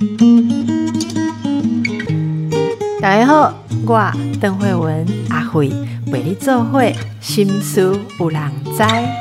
大家好，我邓惠文阿惠陪你做伙心事有人知。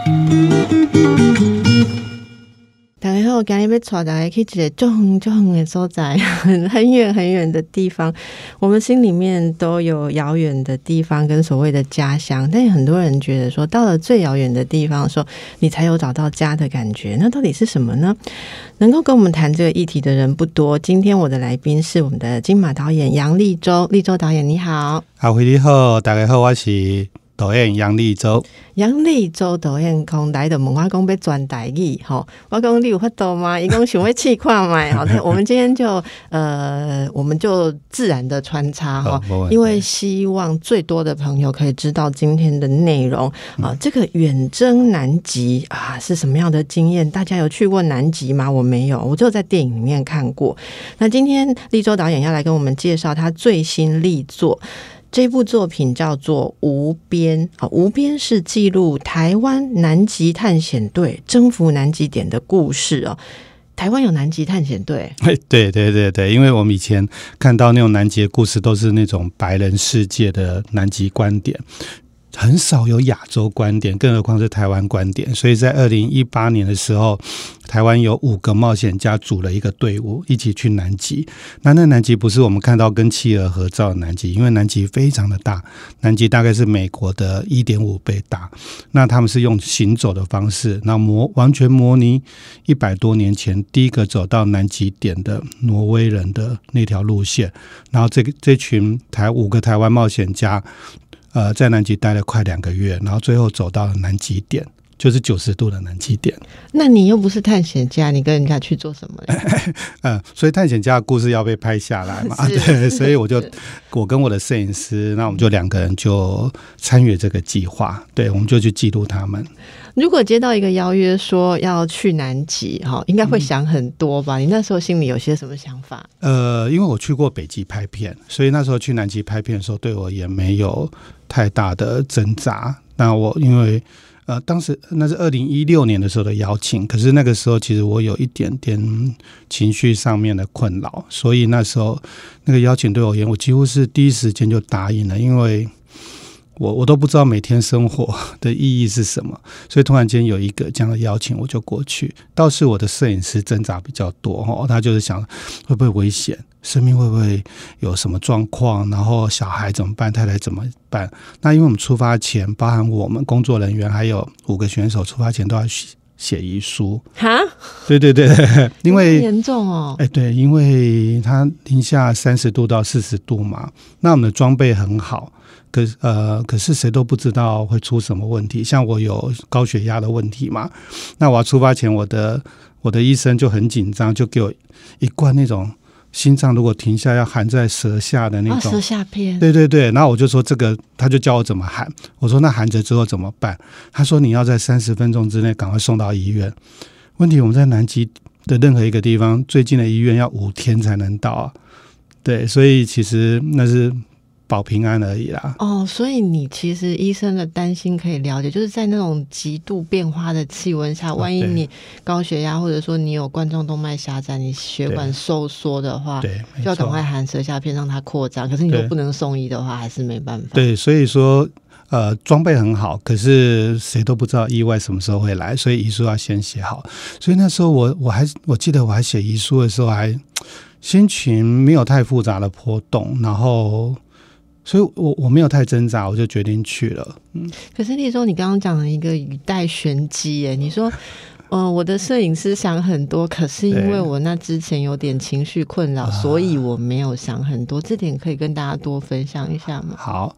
大家好，今日要带大家去一个很远的所在，很远的地方。我们心里面都有遥远的地方跟所谓的家乡，但很多人觉得说，到了最遥远的地方的时候，你才有找到家的感觉。那到底是什么呢？能够跟我们谈这个议题的人不多。今天我的来宾是我们的金马导演杨立洲，立洲导演你好。 阿辉你好，大家好，我是导演杨立洲。 杨立洲导演讲来就问我讲要转台语吼，我讲你有法度吗？伊讲想要试看卖好，我们今天就我们就自然的穿插哈，因为希望最多的朋友可以知道今天的内容啊。这个远征南极啊是什么样的经验？大家有去过南极吗？我没有，我只有在电影里面看过。那今天立洲导演要来跟我们介绍他最新力作。这部作品叫做《无边》，无边是记录台湾南极探险队征服南极点的故事哦。台湾有南极探险队？ 对，因为我们以前看到那种南极的故事，都是那种白人世界的南极观点。很少有亚洲观点，更何况是台湾观点。所以在2018年的时候，台湾有5个冒险家组了一个队伍，一起去南极。那南极不是我们看到跟企鹅合照的南极，因为南极非常的大，南极大概是美国的 1.5 倍大。那他们是用行走的方式，那完全模拟100多年前第一个走到南极点的挪威人的那条路线。然后这群5个台湾冒险家在南极待了快2个月，然后最后走到了南极点，就是90度的南极点。 那你又不是探险家，你跟人家去做什么呢？ 所以探险家的故事要被拍下来嘛，对，所以我跟我的摄影师，那我们就2个人就参与这个计划，对，我们就去记录他们。 如果接到一个邀约说要去南极，应该会想很多吧？你那时候心里有些什么想法？ 因为我去过北极拍片，所以那时候去南极拍片的时候，对我也没有太大的挣扎。那我因为当时那是2016年的时候的邀请，可是那个时候其实我有一点点情绪上面的困扰，所以那时候那个邀请对我而言，我几乎是第一时间就答应了，因为我都不知道每天生活的意义是什么，所以突然间有一个这样的邀请，我就过去。倒是我的摄影师挣扎比较多，他就是想会不会危险，生命会不会有什么状况，然后小孩怎么办，太太怎么办。那因为我们出发前，包含我们工作人员还有5个选手出发前都要写遗书。哈？对，因为严重哦。 对，因为它零下30度到40度嘛，那我们的装备很好。可是谁都不知道会出什么问题，像我有高血压的问题嘛，那我要出发前，我的医生就很紧张，就给我一罐那种心脏如果停下要含在舌下的那种舌下片。 对，然后我就说这个，他就教我怎么含，我说那含着之后怎么办？他说你要在30分钟之内赶快送到医院。问题我们在南极的任何一个地方，最近的医院要5天才能到啊。对，所以其实那是保平安而已啦。 所以你其实医生的担心可以了解，就是在那种极度变化的气温下，万一你高血压或者说你有冠状动脉狭窄，你血管收缩的话，就要赶快含舌下片让它扩张。可是你如果不能送医的话，还是没办法。 对，所以说装备很好，可是谁都不知道意外什么时候会来，所以遗书要先写好。所以那时候我记得我还写遗书的时候，还心情没有太复杂的波动，然后所以我没有太挣扎，我就决定去了。 可是立洲，你刚刚讲了一个语带玄机耶，你说我的摄影师想很多，可是因为我那之前有点情绪困扰，所以我没有想很多。这点可以跟大家多分享一下吗？ 好，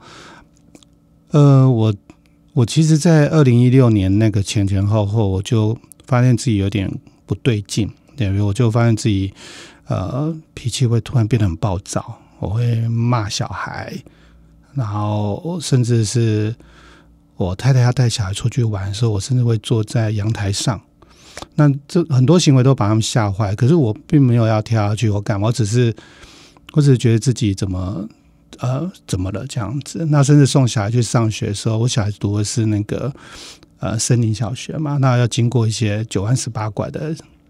我其实在2016年那个前后，我就发现自己有点不对劲，对，我就发现自己脾气会突然变得很暴躁，我会骂小孩，然后甚至是我太太要带小孩出去玩的时候，我甚至会坐在阳台上。那这很多行为都把他们吓坏，可是我并没有要跳下去或干嘛，我只是觉得自己怎么了这样子。那甚至送小孩去上学的时候，我小孩读的是那个森林小学嘛，那要经过一些9弯18拐的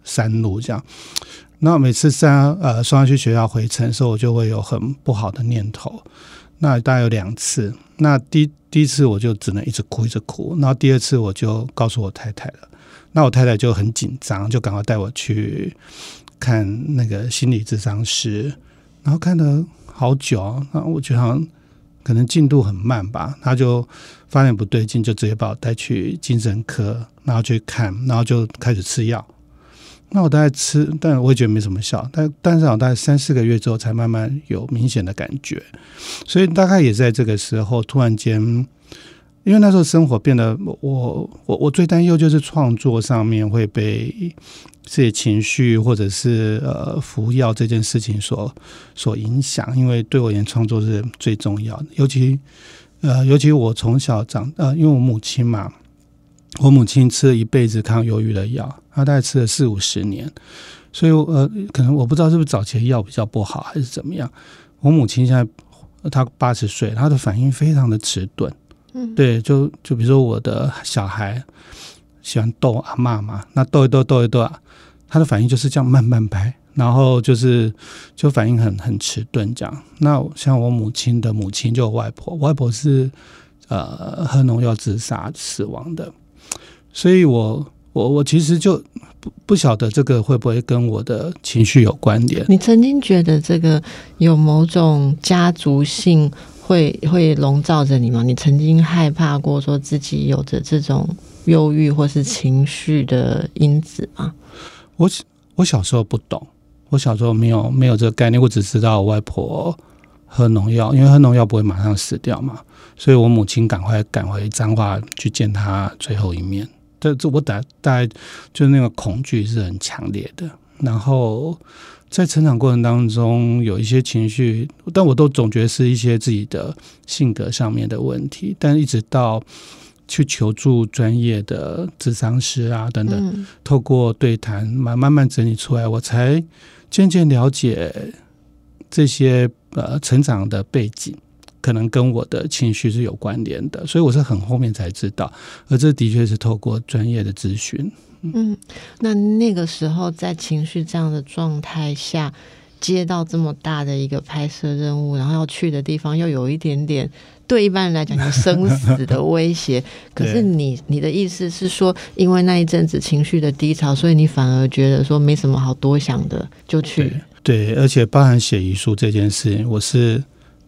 山路这样。那每次送他去学校回程的时候，我就会有很不好的念头。那大概有2次。那第一次我就只能一直哭一直哭，然后第2次我就告诉我太太了。那我太太就很紧张，就赶快带我去看那个心理咨商师，然后看了好久，然后我觉得好像可能进度很慢吧，他就发现不对劲，就直接把我带去精神科，然后去看，然后就开始吃药。那我大概吃，但我也觉得没什么效，但是我大概3-4个月之后才慢慢有明显的感觉。所以大概也在这个时候突然间，因为那时候生活变得，我最担忧就是创作上面会被这些情绪或者是服药这件事情所影响，因为对我而言创作是最重要的。尤其我从小因为我母亲嘛，我母亲吃了一辈子抗忧郁的药，她大概吃了40-50年，所以可能我不知道是不是早期的药比较不好还是怎么样。我母亲现在她80岁，她的反应非常的迟钝。对，就比如说我的小孩喜欢逗阿嬷嘛，那逗一逗啊，他的反应就是这样慢慢拍，然后就反应很迟钝这样。那像我母亲的母亲就我外婆是喝农药自杀死亡的，所以我其实就不晓得这个会不会跟我的情绪有关联。 你曾经觉得这个有某种家族性会笼罩着你吗？你曾经害怕过说自己有着这种忧郁或是情绪的因子吗？ 我小时候不懂，我小时候没有这个概念，我只知道我外婆喝农药，因为喝农药不会马上死掉嘛，所以我母亲赶快赶回彰化去见她最后一面。这我大概就是那个恐惧是很强烈的，然后在成长过程当中有一些情绪，但我都总觉得是一些自己的性格上面的问题，但一直到去求助专业的咨商师啊等等，透过对谈慢慢整理出来，我才渐渐了解这些成长的背景可能跟我的情绪是有关联的，所以我是很后面才知道，而这的确是透过专业的咨询。 那个时候在情绪这样的状态下接到这么大的一个拍摄任务，然后要去的地方又有一点点对一般人来讲有生死的威胁可是你的意思是说，因为那一阵子情绪的低潮，所以你反而觉得说没什么好多想的就去。 对，而且包含写遗书这件事情，我是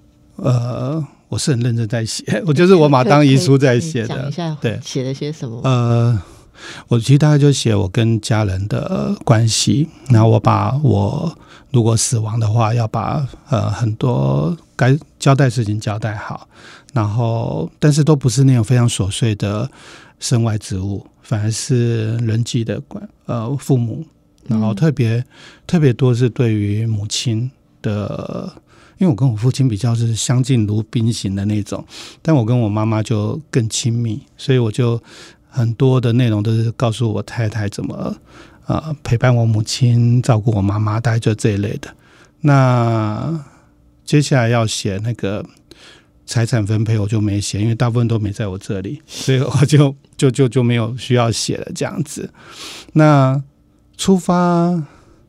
很认真在写，我就是我把它当遗书在写的。 讲一下写了些什么？ 我其实大概就写我跟家人的关系，然后我把我如果死亡的话，要把很多该交代事情交代好，然后但是都不是那种非常琐碎的身外之物，反而是人际的父母，然后特别多是对于母亲的。因为我跟我父亲比较是相敬如宾型的那种，但我跟我妈妈就更亲密，所以我就很多的内容都是告诉我太太怎么陪伴我母亲，照顾我妈妈，大概就这一类的。那接下来要写那个财产分配我就没写，因为大部分都没在我这里，所以我就没有需要写了这样子。那出发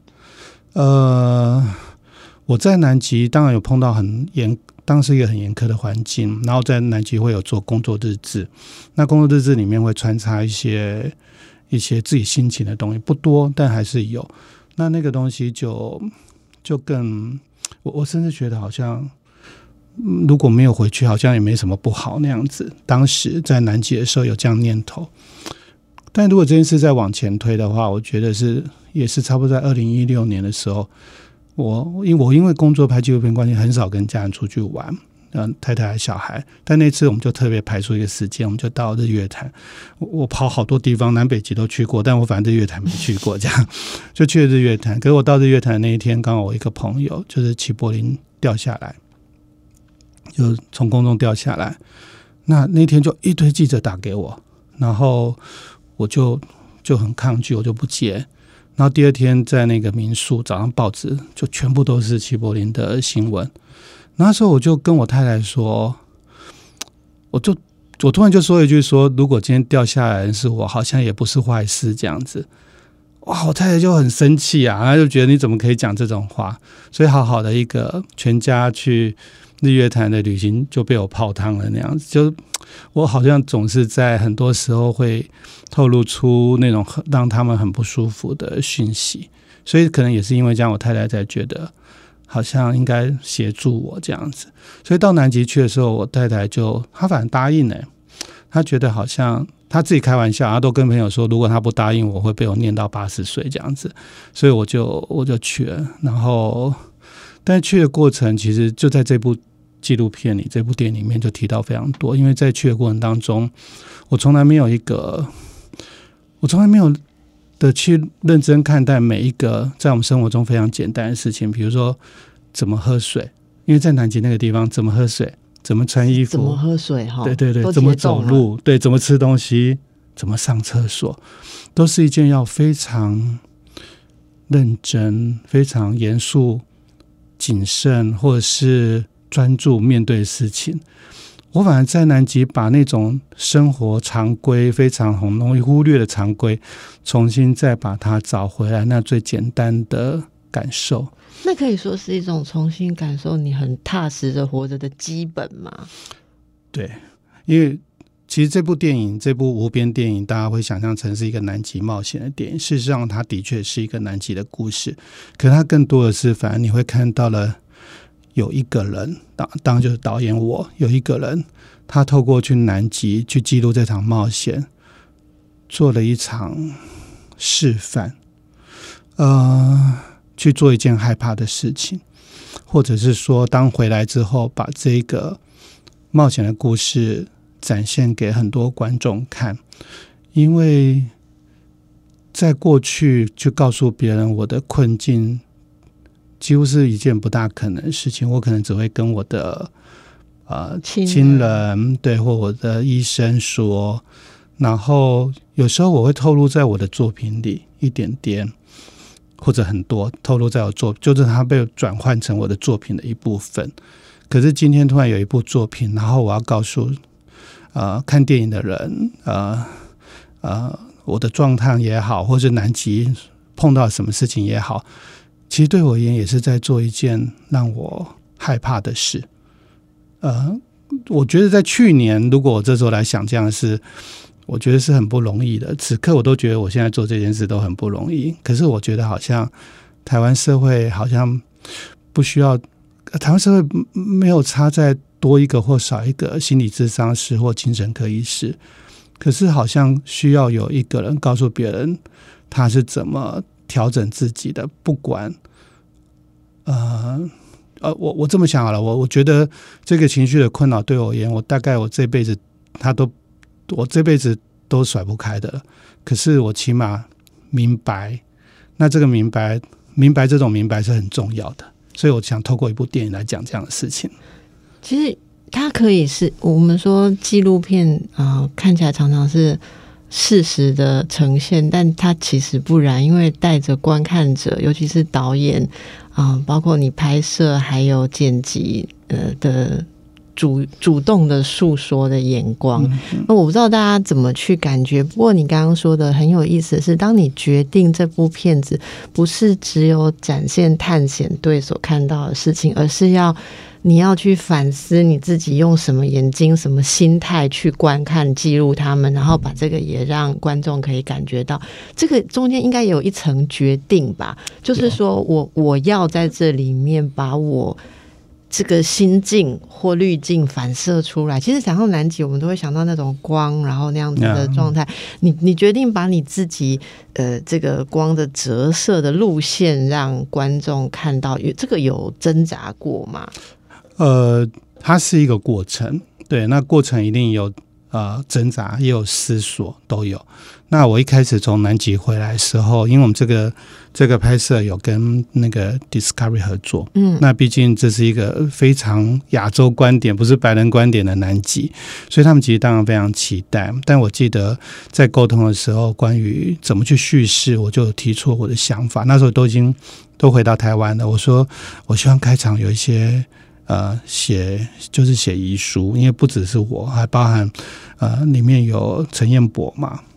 我在南极当然有碰到当时一个很严苛的环境，然后在南极会有做工作日志，那工作日志里面会穿插一些自己心情的东西，不多但还是有。那个东西就更我甚至觉得好像如果没有回去好像也没什么不好那样子，当时在南极的时候有这样念头。但如果这件事再往前推的话，我觉得也是差不多在2016年的时候，我因为工作拍纪录片关系很少跟家人出去玩，太太小孩，但那次我们就特别排出一个时间，我们就到日月潭。我跑好多地方，南北极都去过，但我反正日月潭没去过，这样就去了日月潭。可是我到日月潭那一天，刚好我一个朋友就是齐柏林掉下来，就从空中掉下来。那天就一堆记者打给我，然后我就很抗拒，我就不接。然后第二天在那个民宿早上报纸就全部都是齐柏林的新闻。那时候我就跟我太太说，我突然就说一句说，如果今天掉下来的人是我，好像也不是坏事这样子。 哇，我太太就很生气啊，她就觉得你怎么可以讲这种话，所以好好的一个全家去日月潭的旅行就被我泡汤了那样子。就我好像总是在很多时候会透露出那种让他们很不舒服的讯息，所以可能也是因为这样，我太太才觉得好像应该协助我这样子。所以到南极去的时候，我太太她反而答应了，她觉得好像她自己开玩笑，她都跟朋友说，如果她不答应我会被我念到80岁这样子，所以我就去了。然后但是去的过程其实就在这部纪录片里，这部电影里面就提到非常多，因为在去的过程当中，我从来没有的去认真看待每一个在我们生活中非常简单的事情，比如说怎么喝水，因为在南极那个地方怎么喝水，怎么穿衣服， 怎么喝水， 对对对，怎么走路，对，怎么吃东西，怎么上厕所，都是一件要非常认真、非常严肃、谨慎或者是专注面对的事情。我反而在南极把那种生活常规非常容易忽略的常规重新再把它找回来，那最简单的感受， 那可以说是一种重新感受你很踏实的活着的基本吗？ 对，因为其实这部无边电影大家会想象成是一个南极冒险的电影，事实上它的确是一个南极的故事，可它更多的是反而你会看到了有一个人，当然就是导演我，有一个人他透过去南极去记录这场冒险，做了一场示范，去做一件害怕的事情，或者是说当回来之后把这个冒险的故事展现给很多观众看。因为在过去去告诉别人我的困境几乎是一件不大可能的事情，我可能只会跟我的亲人，对，或我的医生说，然后有时候我会透露在我的作品里一点点或者很多，透露在我就是它被转换成我的作品的一部分。可是今天突然有一部作品，然后我要告诉看电影的人我的状态也好，或是南极碰到什么事情也好，其实对我而言也是在做一件让我害怕的事。我觉得在去年如果我这时候来想这样的事，我觉得是很不容易的，此刻我都觉得我现在做这件事都很不容易。可是我觉得好像台湾社会好像不需要，台湾社会没有差在多一个或少一个心理咨商师或精神科医师，可是好像需要有一个人告诉别人他是怎么调整自己的。不管我这么想好了，我觉得这个情绪的困扰对我而言，我大概我这辈子都甩不开的，可是我起码明白，那这个明白这种明白是很重要的，所以我想透过一部电影来讲这样的事情。 其实它可以是我们说纪录片看起来常常是事实的呈现，但它其实不然，因为带着观看者，尤其是导演包括你拍摄还有剪辑的主动的诉说的眼光。那我不知道大家怎么去感觉，不过你刚刚说的很有意思的是，当你决定这部片子不是只有展现探险队所看到的事情，而是你要去反思你自己用什么眼睛什么心态去观看记录他们，然后把这个也让观众可以感觉到，这个中间应该有一层决定吧，就是说我要在这里面把我这个心境或滤镜反射出来。其实想到南极我们都会想到那种光，然后那样子的状态，你决定把你自己这个光的折射的路线让观众看到，这个有挣扎过吗？ 它是一个过程，对，那过程一定有挣扎，也有思索，都有。那我一开始从南极回来的时候，因为我们这个拍摄有跟那个 Discovery 合作，那毕竟这是一个非常亚洲观点，不是白人观点的南极，所以他们其实当然非常期待。但我记得在沟通的时候，关于怎么去叙事，我就有提出我的想法。那时候都回到台湾了，我说我希望开场有一些写遗书，因为不只是我，还包含里面有陈彦博嘛，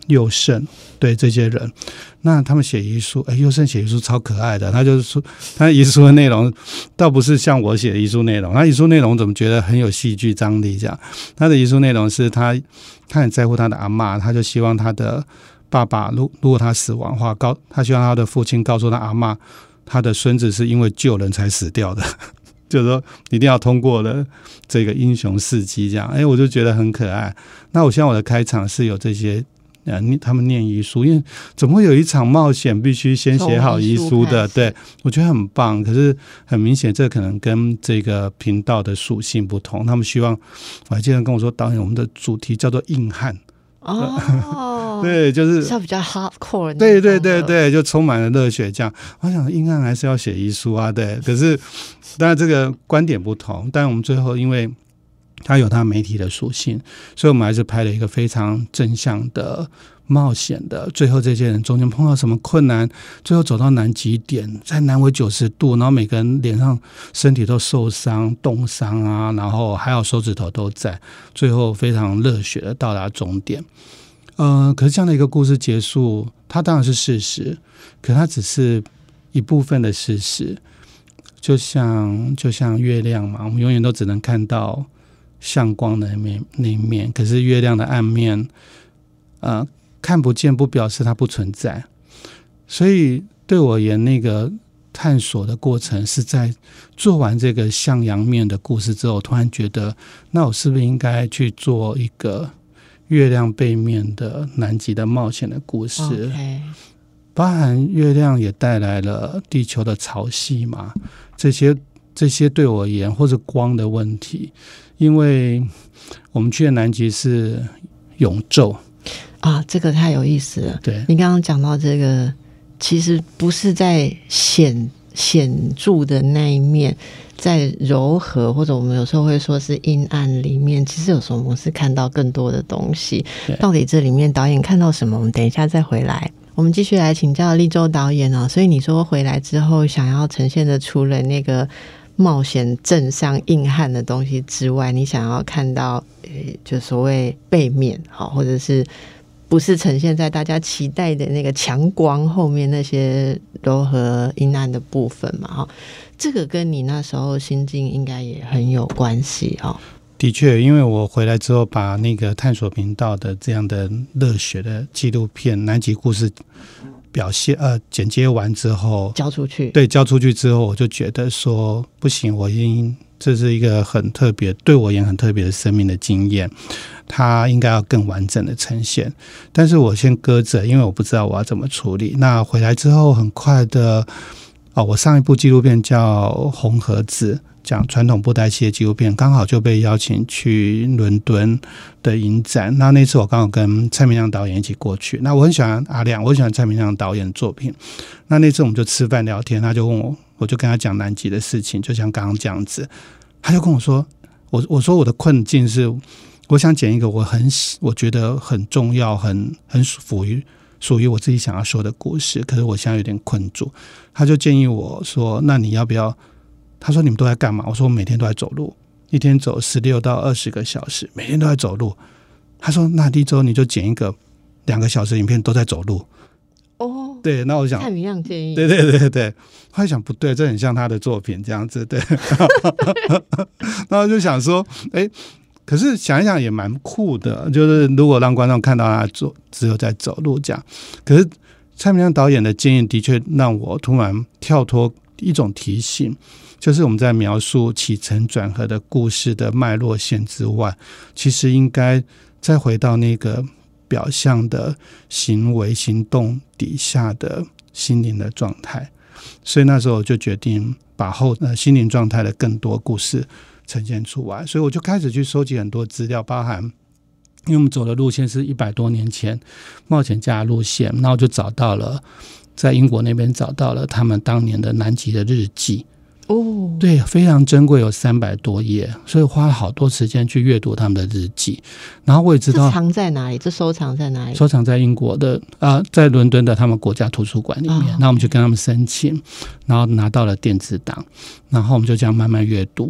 佑胜，对这些人，那他们写遗书，佑胜写遗书超可爱的，他就是说他遗书的内容倒不是像我写的遗书内容，他遗书内容怎么觉得很有戏剧张力这样，他的遗书内容是他很在乎他的阿嬷，他就希望他的爸爸如果他死亡的话，他希望他的父亲告诉他阿嬷，他的孙子是因为救人才死掉的就是说一定要通过了这个英雄事迹这样，我就觉得很可爱。那我希望我的开场是有这些他们念遗书，因为怎么会有一场冒险必须先写好遗书的？对，我觉得很棒。可是很明显，这可能跟这个频道的属性不同。他们希望，我还记得跟我说，导演，我们的主题叫做硬汉。对，就是比较 hardcore， 对对对对，就充满了热血这样。我想硬汉还是要写遗书啊，对。可是当然这个观点不同，但我们最后因为它有它媒体的属性，所以我们还是拍了一个非常正向的冒险的。最后这些人中间碰到什么困难，最后走到南极点，在南纬90度，然后每个人脸上身体都受伤冻伤啊，然后还有手指头都在，最后非常热血的到达终点。可是这样的一个故事结束，它当然是事实，可它只是一部分的事实。就像月亮嘛，我们永远都只能看到向光的那一面，可是月亮的暗面看不见不表示它不存在。所以对我而言，那个探索的过程是在做完这个向阳面的故事之后，突然觉得那我是不是应该去做一个月亮背面的南极的冒险的故事。 Okay. 包含月亮也带来了地球的潮汐嘛，这些对我而言，或者光的问题，因为我们去的南极是永昼啊，这个太有意思了。 对， 你刚刚讲到这个，其实不是在显著的那一面，在柔和或者我们有时候会说是阴暗里面，其实有时候我们是看到更多的东西。到底这里面导演看到什么？我们等一下再回来。我们继续来请教立州导演哦。所以你说回来之后想要呈现的，除了那个冒险正向硬汉的东西之外，你想要看到就所谓背面，或者是不是呈现在大家期待的那个强光后面那些柔和阴暗的部分嘛？这个跟你那时候心境应该也很有关系哦。 的确，因为我回来之后把那个探索频道的这样的热血的纪录片南极故事剪接完之后交出去， 对，交出去之后我就觉得说不行，这是一个很特别，对我而言很特别的生命的经验，它应该要更完整的呈现。但是我先搁着，因为我不知道我要怎么处理。那回来之后很快的我上一部纪录片叫《红盒子》，讲传统布袋戏的纪录片，刚好就被邀请去伦敦的影展。那次我刚好跟蔡明亮导演一起过去，那我很喜欢阿亮，我很喜欢蔡明亮导演的作品。那次我们就吃饭聊天，他就问我，我就跟他讲南极的事情，就像刚刚这样子。他就跟我说，我说我的困境是，我想剪一个我觉得很重要、很属于我自己想要说的故事，可是我现在有点困住。他就建议我说，那你要不要？他说你们都在干嘛？我说我每天都在走路，一天走16到20个小时，每天都在走路。他说那立州你就剪一个2个小时影片都在走路。 哦， 对，那我想蔡明亮建议， 对对对对，后来想不对，这很像他的作品这样子，对。然后就想说，可是想一想也蛮酷的，就是如果让观众看到他只有在走路这样。可是蔡明亮导演的建议的确让我突然跳脱一种提醒，就是我们在描述起承转合的故事的脉络线之外，其实应该再回到那个表象的行为行动底下的心灵的状态。所以那时候我就决定把心灵状态的更多故事呈现出来，所以我就开始去收集很多资料，包含因为我们走的路线是100多年前冒险家的路线，然后就找到了在英国那边找到了他们当年的南极的日记。对，非常珍贵，有300多页，所以花了好多时间去阅读他们的日记。然后我也知道藏在哪里，这收藏在哪里？ 收藏在英国的在伦敦的他们国家图书馆里面。那我们就跟他们申请，然后拿到了电子档，然后我们就这样慢慢阅读。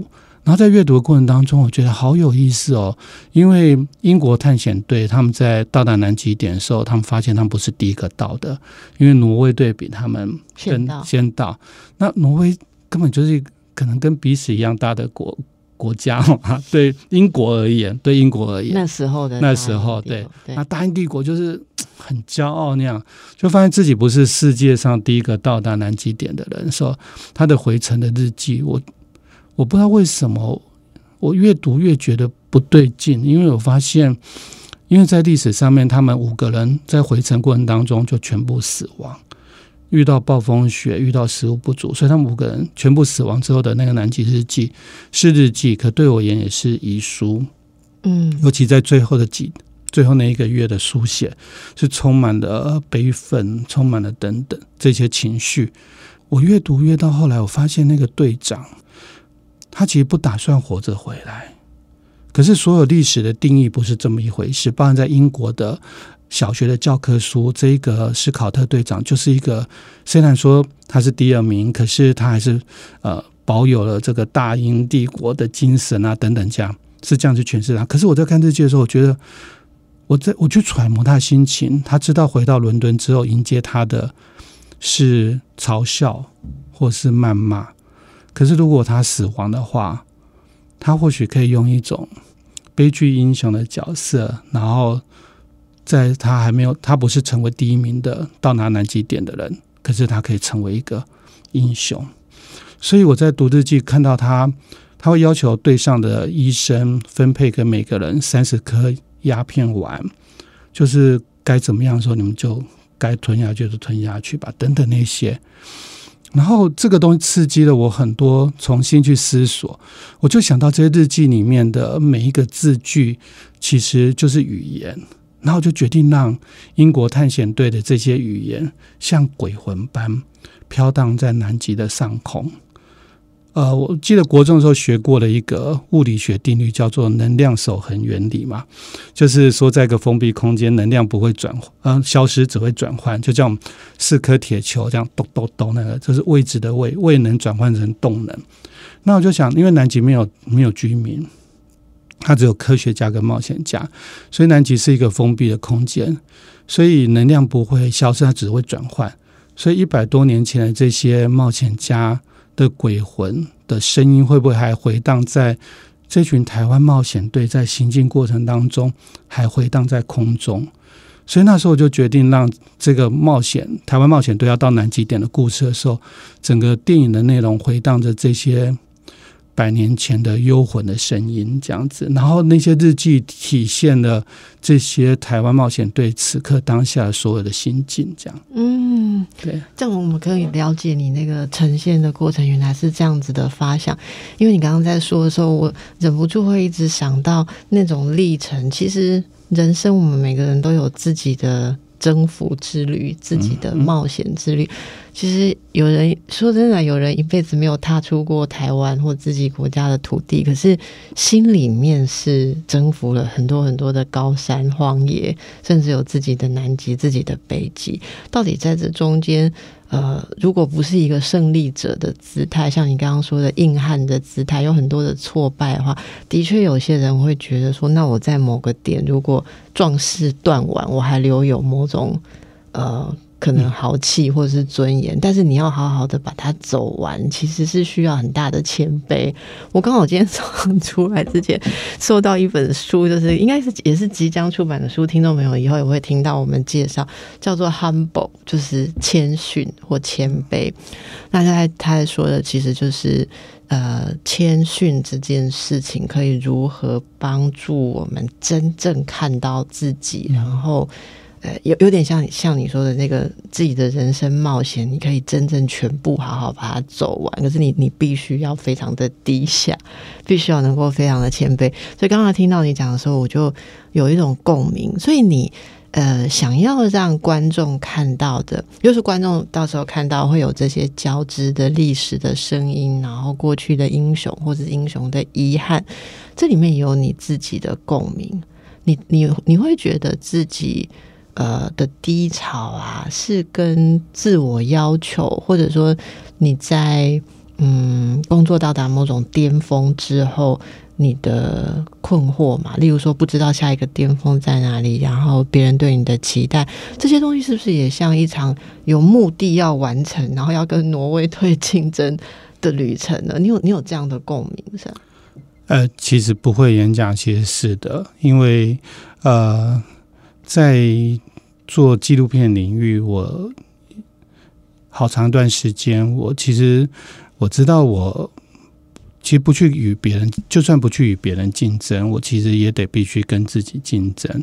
然后在阅读的过程当中，我觉得好有意思哦，因为英国探险队他们在到达南极点的时候，他们发现他们不是第一个到的，因为挪威队比他们先到。那挪威根本就是可能跟彼此一样大的国家嘛，对英国而言，那时候对，那大英帝国就是很骄傲那样，就发现自己不是世界上第一个到达南极点的人，说他的回程的日记，我不知道为什么，我越读越觉得不对劲，因为我发现，因为在历史上面，他们5个人在回程过程当中就全部死亡，遇到暴风雪，遇到食物不足，所以他们5个人全部死亡之后的那个南极日记是日记，可对我而言也是遗书。尤其在最后那1个月的书写，是充满了悲愤，充满了等等这些情绪。我越读越到后来，我发现那个队长，他其实不打算活着回来。可是所有历史的定义不是这么一回事，包含在英国的小学的教科书，这个史考特队长就是一个，虽然说他是第2名，可是他还是保有了这个大英帝国的精神啊等等，这样去诠释他。可是我在看日记的时候，我觉得我去揣摩他的心情，他知道回到伦敦之后迎接他的是嘲笑或是谩骂，可是如果他死亡的话，他或许可以用一种悲剧英雄的角色，然后在他不是成为第1名的到达南极点的人，可是他可以成为一个英雄。所以我在读日记看到他会要求队上的医生分配给每个人30颗鸦片丸，就是该怎么样的时候你们就该吞下去就吞下去吧，等等那些。然后这个东西刺激了我很多重新去思索，我就想到这些日记里面的每一个字句其实就是语言，然后就决定让英国探险队的这些语言像鬼魂般飘荡在南极的上空。我记得国中的时候学过的一个物理学定律叫做能量守恒原理嘛，就是说在一个封闭空间，能量不会消失，只会转换，就像4颗铁球这样咚咚咚，那个就是位置的位能转换成动能。那我就想，因为南极没有居民，它只有科学家跟冒险家，所以南极是一个封闭的空间，所以能量不会消失，它只会转换。所以100多年前的这些冒险家的鬼魂的声音会不会还回荡在这群台湾冒险队在行进过程当中，还回荡在空中？所以那时候我就决定让这个台湾冒险队要到南极点的故事的时候，整个电影的内容回荡着这些100年前的幽魂的声音，这样子。然后那些日记体现了这些台湾冒险队此刻当下所有的心境，这样。对， 这样我们可以了解你那个呈现的过程原来是这样子的发想。因为你刚刚在说的时候，我忍不住会一直想到那种历程。其实人生我们每个人都有自己的征服之旅，自己的冒险之旅。其实有人说真的，有人一辈子没有踏出过台湾或自己国家的土地，可是心里面是征服了很多很多的高山荒野，甚至有自己的南极，自己的北极。到底在这中间如果不是一个胜利者的姿态，像你刚刚说的硬汉的姿态，有很多的挫败的话，的确有些人会觉得说，那我在某个点如果壮士断腕，我还留有某种可能豪气或者是尊严，但是你要好好的把它走完，其实是需要很大的谦卑。我刚好今天早上出来之前收到一本书，就是应该是也是即将出版的书，听众朋友以后也会听到我们介绍，叫做 Humble， 就是谦逊或谦卑。那他在说的其实就是谦逊这件事情可以如何帮助我们真正看到自己，然后有点像你说的那个自己的人生冒险，你可以真正全部好好把它走完，可是你必须要非常的低下，必须要能够非常的谦卑。所以刚刚听到你讲的时候，我就有一种共鸣。所以你想要让观众看到的，就是观众到时候看到会有这些交织的历史的声音，然后过去的英雄或者英雄的遗憾，这里面有你自己的共鸣。你会觉得自己的低潮啊，是跟自我要求，或者说你在工作到达某种巅峰之后，你的困惑嘛，例如说不知道下一个巅峰在哪里，然后别人对你的期待，这些东西是不是也像一场有目的要完成，然后要跟挪威队竞争的旅程呢？你有这样的共鸣是吧？ 其实不会演讲，其实是的，因为在做纪录片领域，我好长一段时间，我知道我其实不去与别人，就算不去与别人竞争，我其实也得必须跟自己竞争。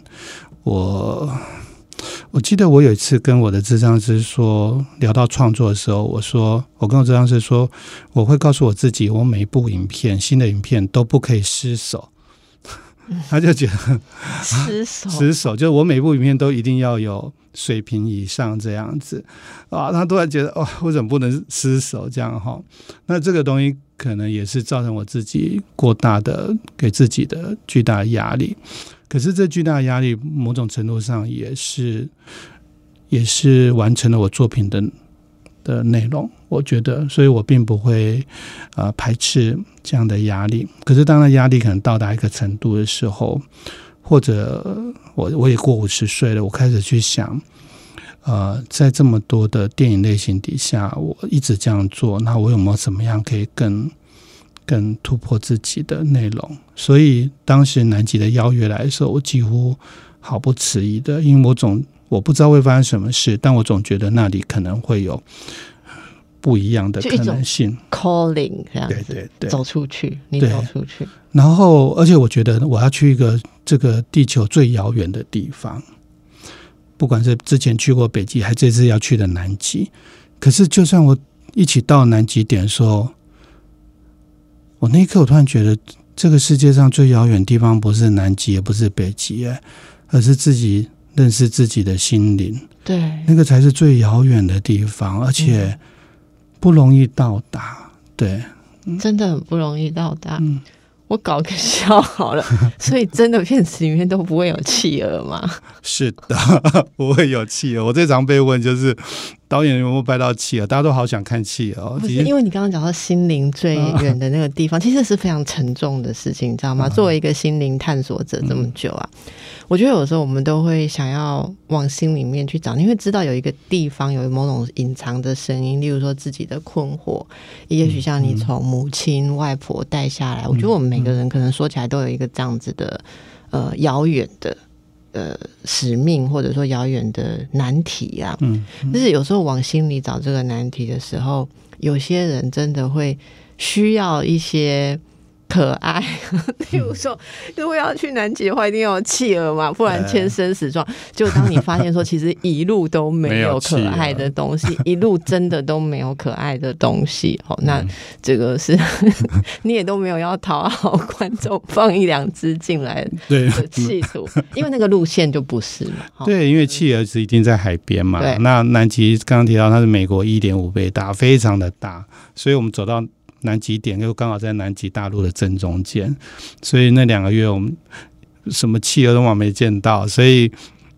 我记得我有一次跟我的諮商師說，聊到創作的時候，我跟我諮商師說，我會告訴我自己，我每一部影片，新的影片都不可以失手。他就覺得失手就是我每部影片都一定要有水平以上這樣子啊，他突然覺得為什麼不能失手這樣哈？那這個東西可能也是造成我自己過大的給自己的巨大的壓力。可是這巨大的壓力某種程度上也是完成了我作品的內容，我覺得，所以我並不會排斥這樣的壓力。可是當那壓力可能到達一個程度的時候，或者我也過50歲了，我開始去想在這麼多的電影類型底下，我一直這樣做，那我有沒有怎麼樣可以更突破自己的內容？所以當時南極的邀約來的時候，我幾乎毫不遲疑的，因為我不知道會發生什麼事，但我總覺得那裡可能會有不一樣的可能性。 calling 這樣子， 對對對， 走出去，你走出去。 然後，而且我覺得我要去一個這個地球最遙遠的地方，不管是之前去過北極，還這次要去的南極。可是，就算我一起到南極點的時候，我那一刻我突然覺得，這個世界上最遙遠的地方不是南極，也不是北極，而是自己認識自己的心靈。 對， 那個才是最遙遠的地方，而且不容易到達。對， 真的很不容易到達。我搞個笑好了，所以真的片子裡面都不會有企鵝嗎？ 是的，不會有企鵝。我最常被問就是導演有沒有拍到企鵝，大家都好想看企鵝。 不是，因為你剛剛講到心靈最遠的那個地方，其實是非常沉重的事情，你知道嗎？作為一個心靈探索者這麼久啊，我覺得有時候我們都會想要往心裡面去找，你會知道有一個地方有某種隱藏的聲音，例如說自己的困惑，也許像你從母親、外婆帶下來，我覺得我們每個人可能說起來都有一個這樣子的遙遠的使命，或者說遙遠的難題啊。但是有時候往心裡找這個難題的時候，有些人真的會需要一些可愛，例如說如果要去南極的話一定要有企鵝嘛，不然簽生死狀。就當你發現說其實一路都沒有可愛的東西，一路真的都沒有可愛的東西，那這個是你也都沒有要討好觀眾放一兩隻進來的企圖，因為那個路線就不是嘛。 對，因為企鵝是一定在海邊嘛，那南極剛剛提到它是美國 1.5 倍大，非常的大，所以我們走到南極點又剛好在南極大陸的正中間，所以那2個月我們什麼企鵝都沒見到，所以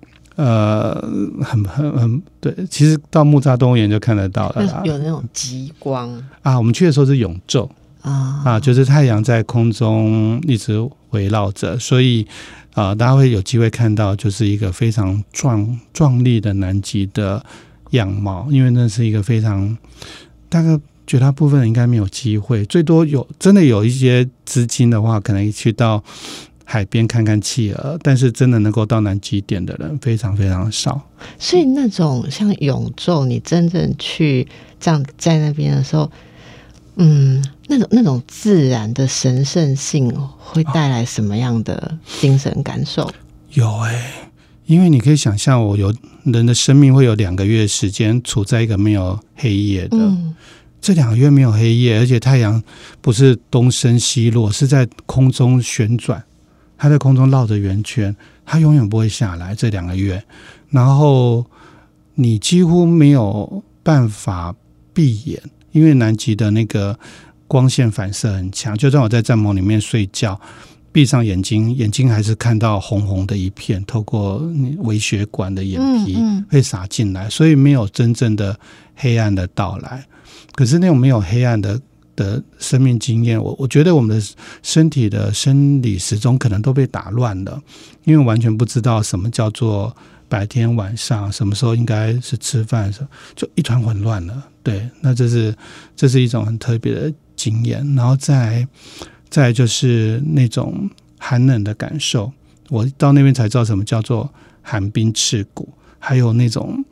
很對，其實到木柵動物園就看得到了啦， 有那種極光啊。我們去的時候是永晝啊，就是太陽在空中一直圍繞着，所以大家會有機會看到就是一個非常壯麗的南極的樣貌，因為那是一個非常大概絕大部分人應該沒有機會，最多真的有一些資金的話，可能去到海邊看看企鵝，但是真的能夠到南極點的人非常非常少。 所以那種像永晝，你真正去這樣在那邊的時候，那種自然的神聖性會帶來什麼樣的精神感受？ 有因為你可以想象，人的生命會有2個月時間處在一個沒有黑夜的。這2個月沒有黑夜，而且太陽不是東升西落，是在空中旋轉，它在空中繞着圓圈，它永遠不會下來。這2個月，然後你幾乎沒有辦法閉眼，因為南極的那個光線反射很強，就算我在帳篷裡面睡覺，閉上眼睛還是看到紅紅的一片，透過微血管的眼皮會灑進來，所以沒有真正的黑暗的到來。可是那種沒有黑暗的的生命经验，我觉得我们的身体的生理时钟可能都被打乱了，因为完全不知道什么叫做白天晚上，什么时候应该是吃饭的时候，就一团混乱了。对，那这是一种很特别的经验。然后再来就是那种寒冷的感受，我到那边才知道什么叫做寒冰刺骨，还有那种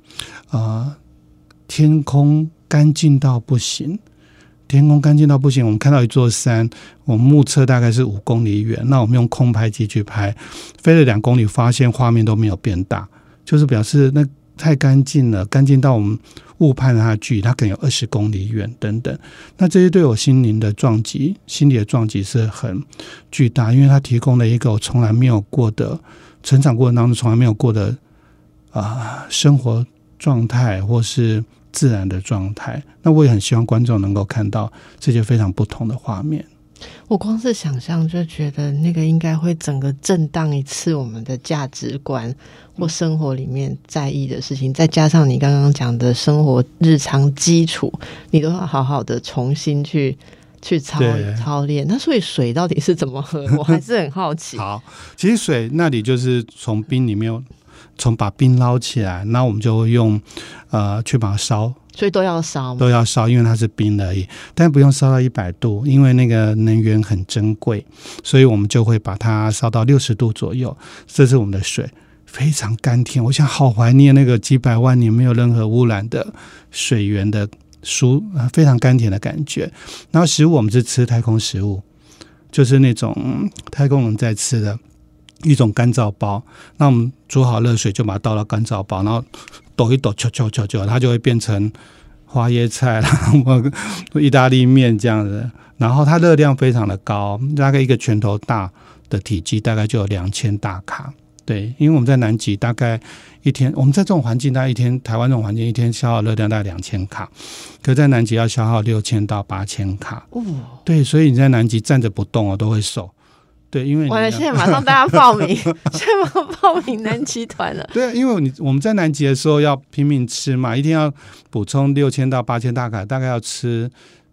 天空干净到不行。天空干净到不行，我们看到一座山，我们目测大概是5公里远，那我们用空拍机去拍，飞了2公里，发现画面都没有变大，就是表示那太干净了，干净到我们误判了它的距离，它可能有20公里远等等。那这些对我心理的撞击是很巨大，因为它提供了一个我从来没有过的成长过程当中从来没有过的生活状态或是自然的状态。那我也很希望观众能够看到这些非常不同的画面。 我光是想象就觉得那个应该会整个震荡一次我们的价值观或生活里面在意的事情，再加上你刚刚讲的生活日常基础，你都要好好的重新去操练。那所以水到底是怎么喝？我还是很好奇。 好，其实水那里就是从冰里面把冰捞起来，那我们就会用去把它烧， 所以都要烧吗？ 都要烧，因为它是冰而已，但不用烧到100度，因为那个能源很珍贵，所以我们就会把它烧到60度左右。这是我们的水，非常甘甜。我想好怀念那个几百万年没有任何污染的水源的非常甘甜的感觉。然后食物我们是吃太空食物，就是那种太空人在吃的一种干燥包，那我们煮好热水就把它倒到干燥包，然后抖一抖，啾，它就会变成花椰菜啦、意大利面这样子。然后它热量非常的高，大概一个拳头大的体积大概就有2000大卡。对，因为我们在南极大概一天，我们在这种环境大概一天，台湾这种环境一天消耗热量大概2000卡，可在南极要消耗6000到8000卡。对，所以你在南极站着不动都会瘦。对，因为完了，现在马上大家报名，现在马上报名南极团了。 对，因为我们在南极的时候要拼命吃嘛，一天要补充6000到8000大卡，大概要吃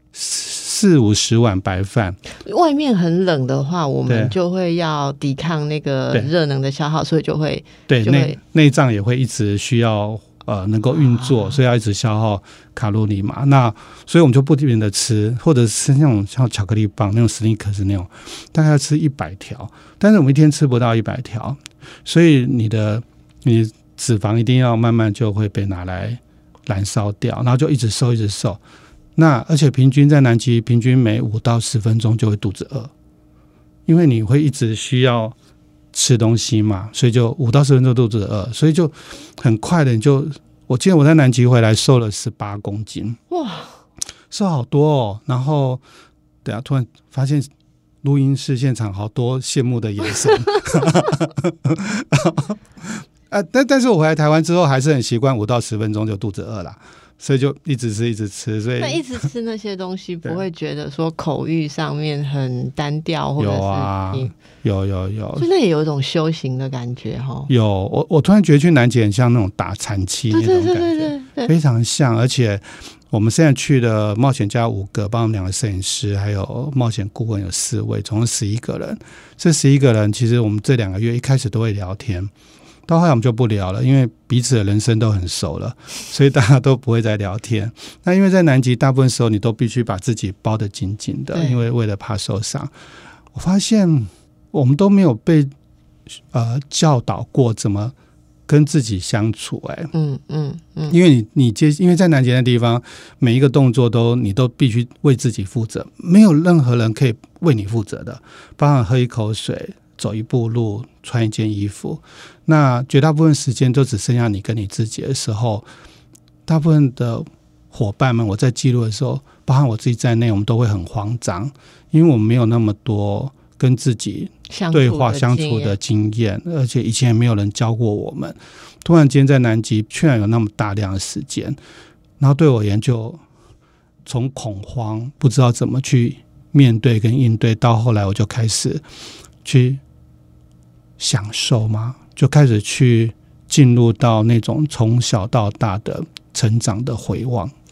40-50碗白饭。 外面很冷的话，我们就会要抵抗那个热能的消耗，所以就会内脏也会一直需要能够运作，所以要一直消耗卡路里嘛。那所以我们就不停的吃，或者是那种像巧克力棒那种Snickers那种，大概要吃100条，但是我们一天吃不到100条，所以你脂肪一定要慢慢就会被拿来燃烧掉，然后就一直瘦。那而且平均在南极，平均每5到10分钟就会肚子饿，因为你会一直需要吃东西嘛，所以就5到10分钟肚子饿，所以就很快的我记得我在南极回来瘦了18公斤，哇，瘦好多哦。然后等下突然发现录音室现场好多羡慕的眼神但是我回来台湾之后还是很习惯5到10分钟就肚子饿啦，所以就一直吃。所以那一直吃那些东西不会觉得说口欲上面很单调，或者是有，所以那也有一种修行的感觉齁。 有，我突然觉得去南极很像那种打禅期那种感觉，对，非常像。而且我们现在去的冒险家5个，包括2个摄影师，还有冒险顾问有4位，总共11个人。这11个人其实我们这2个月一开始都会聊天，到后来我们就不聊了，因为彼此的人生都很熟了，所以大家都不会再聊天。那因为在南极大部分时候你都必须把自己包得紧紧的，因为为了怕受伤。我发现我们都没有被教导过怎么跟自己相处。因为因为在南极的地方，每一个动作你都必须为自己负责，没有任何人可以为你负责的，包含喝一口水、走一步路、穿一件衣服。那绝大部分时间都只剩下你跟你自己的时候，大部分的伙伴们，我在记录的时候，包含我自己在内，我们都会很慌张，因为我们没有那么多跟自己对话相处的经验，而且以前也没有人教过我们。突然间在南极居然有那么大量的时间，然后对我而言就从恐慌不知道怎么去面对跟应对，到后来我就开始去享受嘛，就开始去进入到那种从小到大的成长的回望。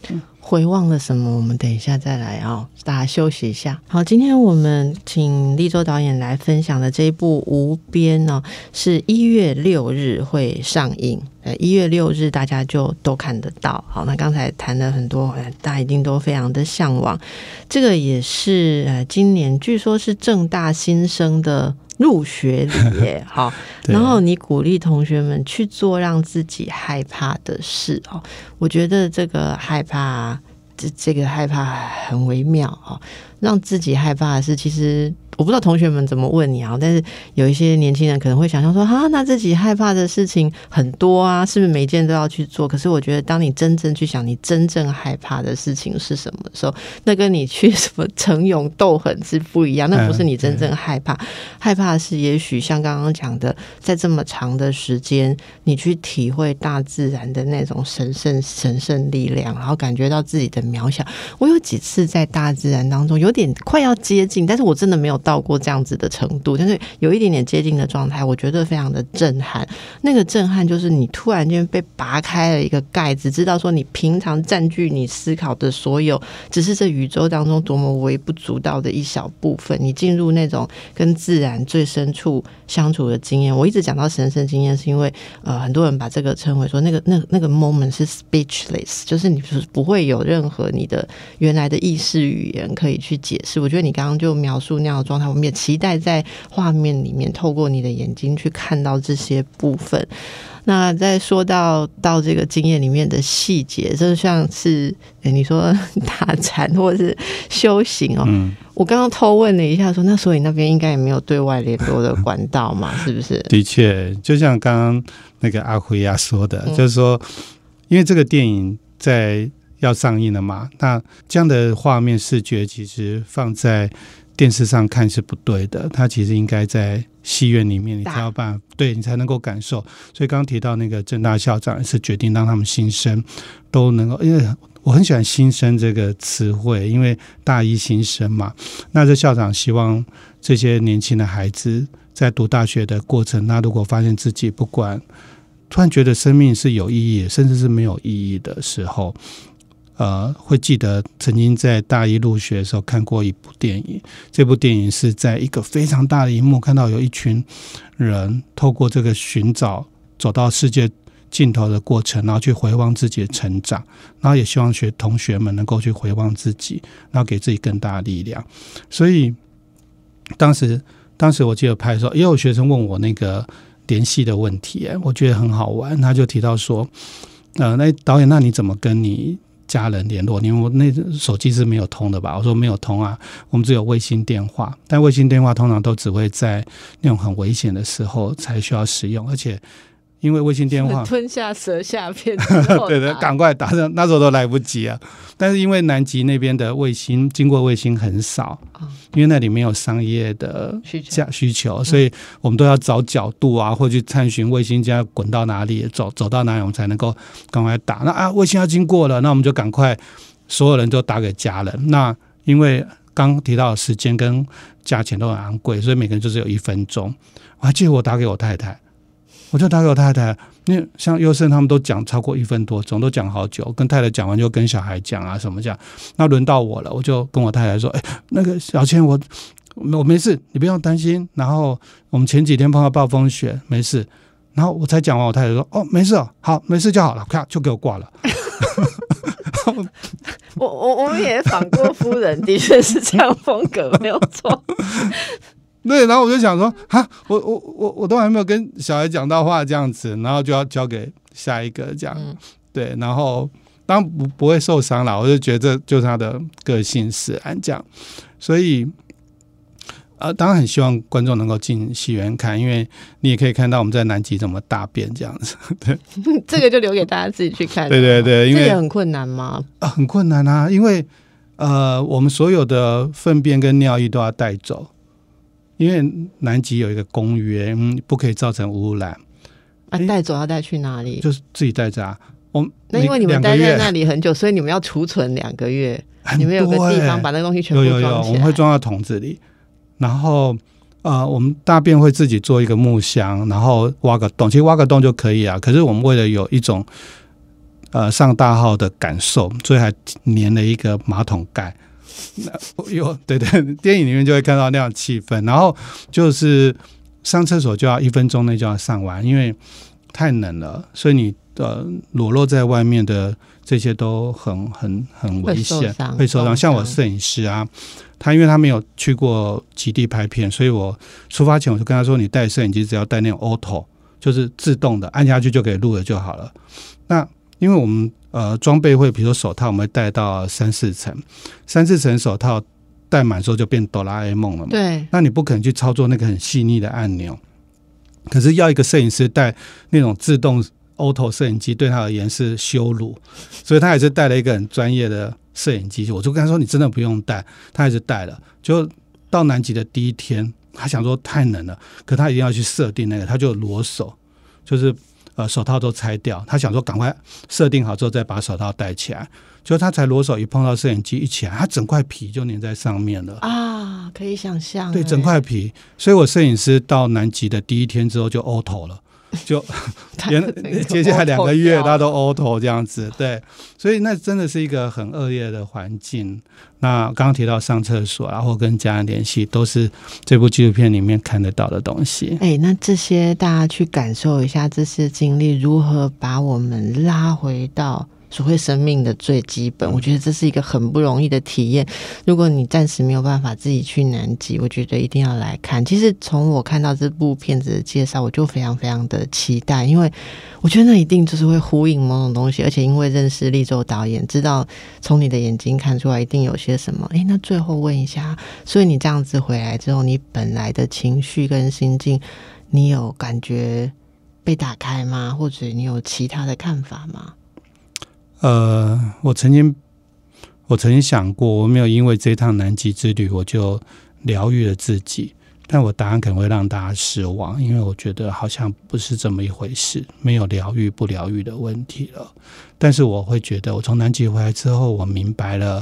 回望了什么？我们等一下再来大家休息一下。好，今天我们请立州导演来分享的这一部《无边》是1月6日会上映。1月6日大家就都看得到。好，那刚才谈了很多，大家一定都非常的向往。这个也是今年据说是政大新生的入学礼耶。好，然后你鼓励同学们去做让自己害怕的事。我觉得这个害怕，这个害怕很微妙。让自己害怕的事，其实我不知道同学们怎么问你但是有一些年轻人可能会想象说那自己害怕的事情很多啊，是不是每一件都要去做？可是我觉得当你真正去想你真正害怕的事情是什么的时候，那跟你去什么逞勇斗狠是不一样，那不是你真正害怕。害怕的是也许像刚刚讲的，在这么长的时间你去体会大自然的那种神圣力量，然后感觉到自己的渺小。我有几次在大自然当中有点快要接近，但是我真的没有到过这样子的程度，但是有一点点接近的状态，我觉得非常的震撼。那个震撼就是你突然间被拔开了一个盖子，知道说你平常占据你思考的所有只是这宇宙当中多么微不足道的一小部分，你进入那种跟自然最深处相处的经验。我一直讲到神圣经验是因为很多人把这个称为说那个 moment 是 speechless， 就是你不会有任何你的原来的意识语言可以去解释。我觉得你刚刚就描述那样的状态，我们也期待在画面里面透过你的眼睛去看到这些部分。那再说到这个经验里面的细节，就像是你说打禅或者是修行我刚刚偷问了一下说，那所以那边应该也没有对外联络的管道嘛，是不是？ 的确，就像刚刚那个阿辉说的，就是说因为这个电影在要上映了嘛，那这样的画面视觉其实放在电视上看是不对的，它其实应该在戏院里面你才有办法，对，你才能够感受。所以刚刚提到那个政大校长是决定让他们新生都能够，因为我很喜欢新生这个词汇，因为大一新生嘛，那这校长希望这些年轻的孩子在读大学的过程，那如果发现自己不管突然觉得生命是有意义甚至是没有意义的时候，会记得曾经在大一入学的时候看过一部电影，这部电影是在一个非常大的荧幕看到有一群人透过这个寻找走到世界尽头的过程，然后去回望自己的成长，然后也希望同学们能够去回望自己，然后给自己更大的力量。所以当时我记得拍的时候，也有学生问我那个联系的问题，我觉得很好玩。他就提到说那导演，那你怎么跟你家人联络？因为我那手机是没有通的吧？我说没有通啊，我们只有卫星电话，但卫星电话通常都只会在那种很危险的时候才需要使用，而且因为卫星电话吞下舌下片之后对对，赶快打，那时候都来不及啊。但是因为南极那边的卫星经过卫星很少，因为那里没有商业的需求，所以我们都要找角度啊，或去探寻卫星将要滚到哪里，走到哪里，我们才能够赶快打。那卫星要经过了，那我们就赶快所有人都打给家人。那因为刚提到的时间跟价钱都很昂贵，所以每个人就只有1分钟。我还记得我打给我太太，我就打给我太太，因为像优胜他们都讲超过1分多钟，都讲好久，跟太太讲完就跟小孩讲啊什么讲。那轮到我了，我就跟我太太说，那个小千，我没事，你不用担心。然后我们前几天碰到暴风雪，没事。然后我才讲完，我太太说，没事哦，好，没事就好了，咔就给我挂了。 我们也访过夫人，的确是这样风格，没有错。 对，然后我就想说，我都还没有跟小孩讲到话这样子，然后就要交给下一个这样，对，然后当然不会受伤啦，我就觉得这就是他的个性使然这样，所以当然很希望观众能够进戏院看，因为你也可以看到我们在南极怎么大便这样子。对， 这个就留给大家自己去看。 对对对，因为这也很困难吗？ 很困难啊，因为我们所有的粪便跟尿液都要带走。因为南极有一个公约，不可以造成污染。 带走要带去哪里？ 就是自己带着啊。 那因为你们待在那里很久，所以你们要储存2个月。你们有个地方把那个东西全部装起来。有， 我们会装到桶子里，然后我们大便会自己做一个木箱，然后挖个洞，其实挖个洞就可以啊。可是我们为了有一种上大号的感受，所以还粘了一个马桶盖。对对，电影里面就会看到那样气氛。然后就是上厕所就要1分钟内就要上完，因为太冷了，所以你裸露在外面的这些都很危险，会受伤。像我摄影师啊，因为他没有去过极地拍片，所以我出发前我就跟他说，你带摄影机只要带那种 auto， 就是自动的，按下去就可以录了就好了。那因为我们装备会，比如说手套我们会带到3-4层手套戴满之后就变哆啦 A 梦了嘛。 对， 那你不可能去操作那个很细腻的按钮，可是要一个摄影师带那种自动 auto 摄影机对他而言是羞辱，所以他还是带了一个很专业的摄影机。我就跟他说你真的不用带，他还是带了。就到南极的第一天，他想说太冷了，可他一定要去设定那个，他就裸手，就是手套都拆掉，他想说赶快设定好之后再把手套戴起来，就他才裸手一碰到摄影机一起来，他整块皮就粘在上面了啊，可以想象。 对，整块皮。所以我摄影师到南极的第一天之后就 auto 了，就接下来2个月他都 auto 这样子。对，所以那真的是一个很恶劣的环境。那刚刚提到上厕所然后跟家人联系，都是这部纪录片里面看得到的东西。 那这些大家去感受一下这些经历如何把我们拉回到所谓生命的最基本，我觉得这是一个很不容易的体验。如果你暂时没有办法自己去南极，我觉得一定要来看。其实从我看到这部片子的介绍，我就非常非常的期待，因为我觉得那一定就是会呼应某种东西，而且因为认识立州导演，知道从你的眼睛看出来一定有些什么。那最后问一下，所以你这样子回来之后，你本来的情绪跟心境，你有感觉被打开吗？或者你有其他的看法吗？ 我曾经想过，我没有因为这趟南极之旅我就疗愈了自己，但我答案可能会让大家失望，因为我觉得好像不是这么一回事，没有疗愈不疗愈的问题了。但是我会觉得，我从南极回来之后，我明白了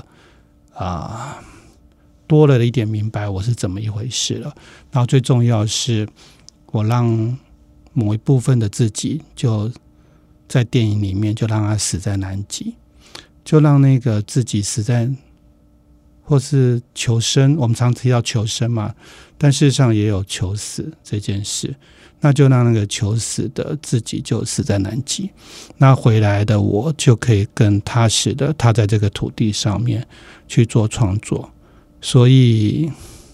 多了一点明白我是怎么一回事了。然后最重要的是，我让某一部分的自己就在电影里面就让他死在南极，就让那个自己死在，或是求生，我们常提到求生嘛，但事实上也有求死这件事，那就让那个求死的自己就死在南极，那回来的我就可以更踏实的踏在这个土地上面去做创作。所以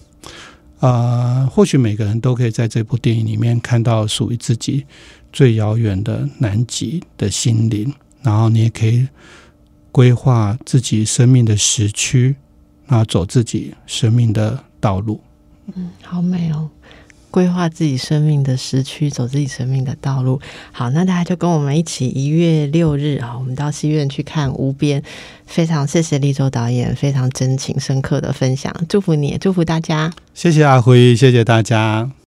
或许每个人都可以在这部电影里面看到属于自己最遥远的南极的心灵，然后你也可以规划自己生命的时区，然后走自己生命的道路。 好美哦，规划自己生命的时区，走自己生命的道路。好，那大家就跟我们一起1月6日我们到戏院去看无边。非常谢谢立州导演非常真情深刻的分享，祝福你，祝福大家。 谢谢阿辉，谢谢大家。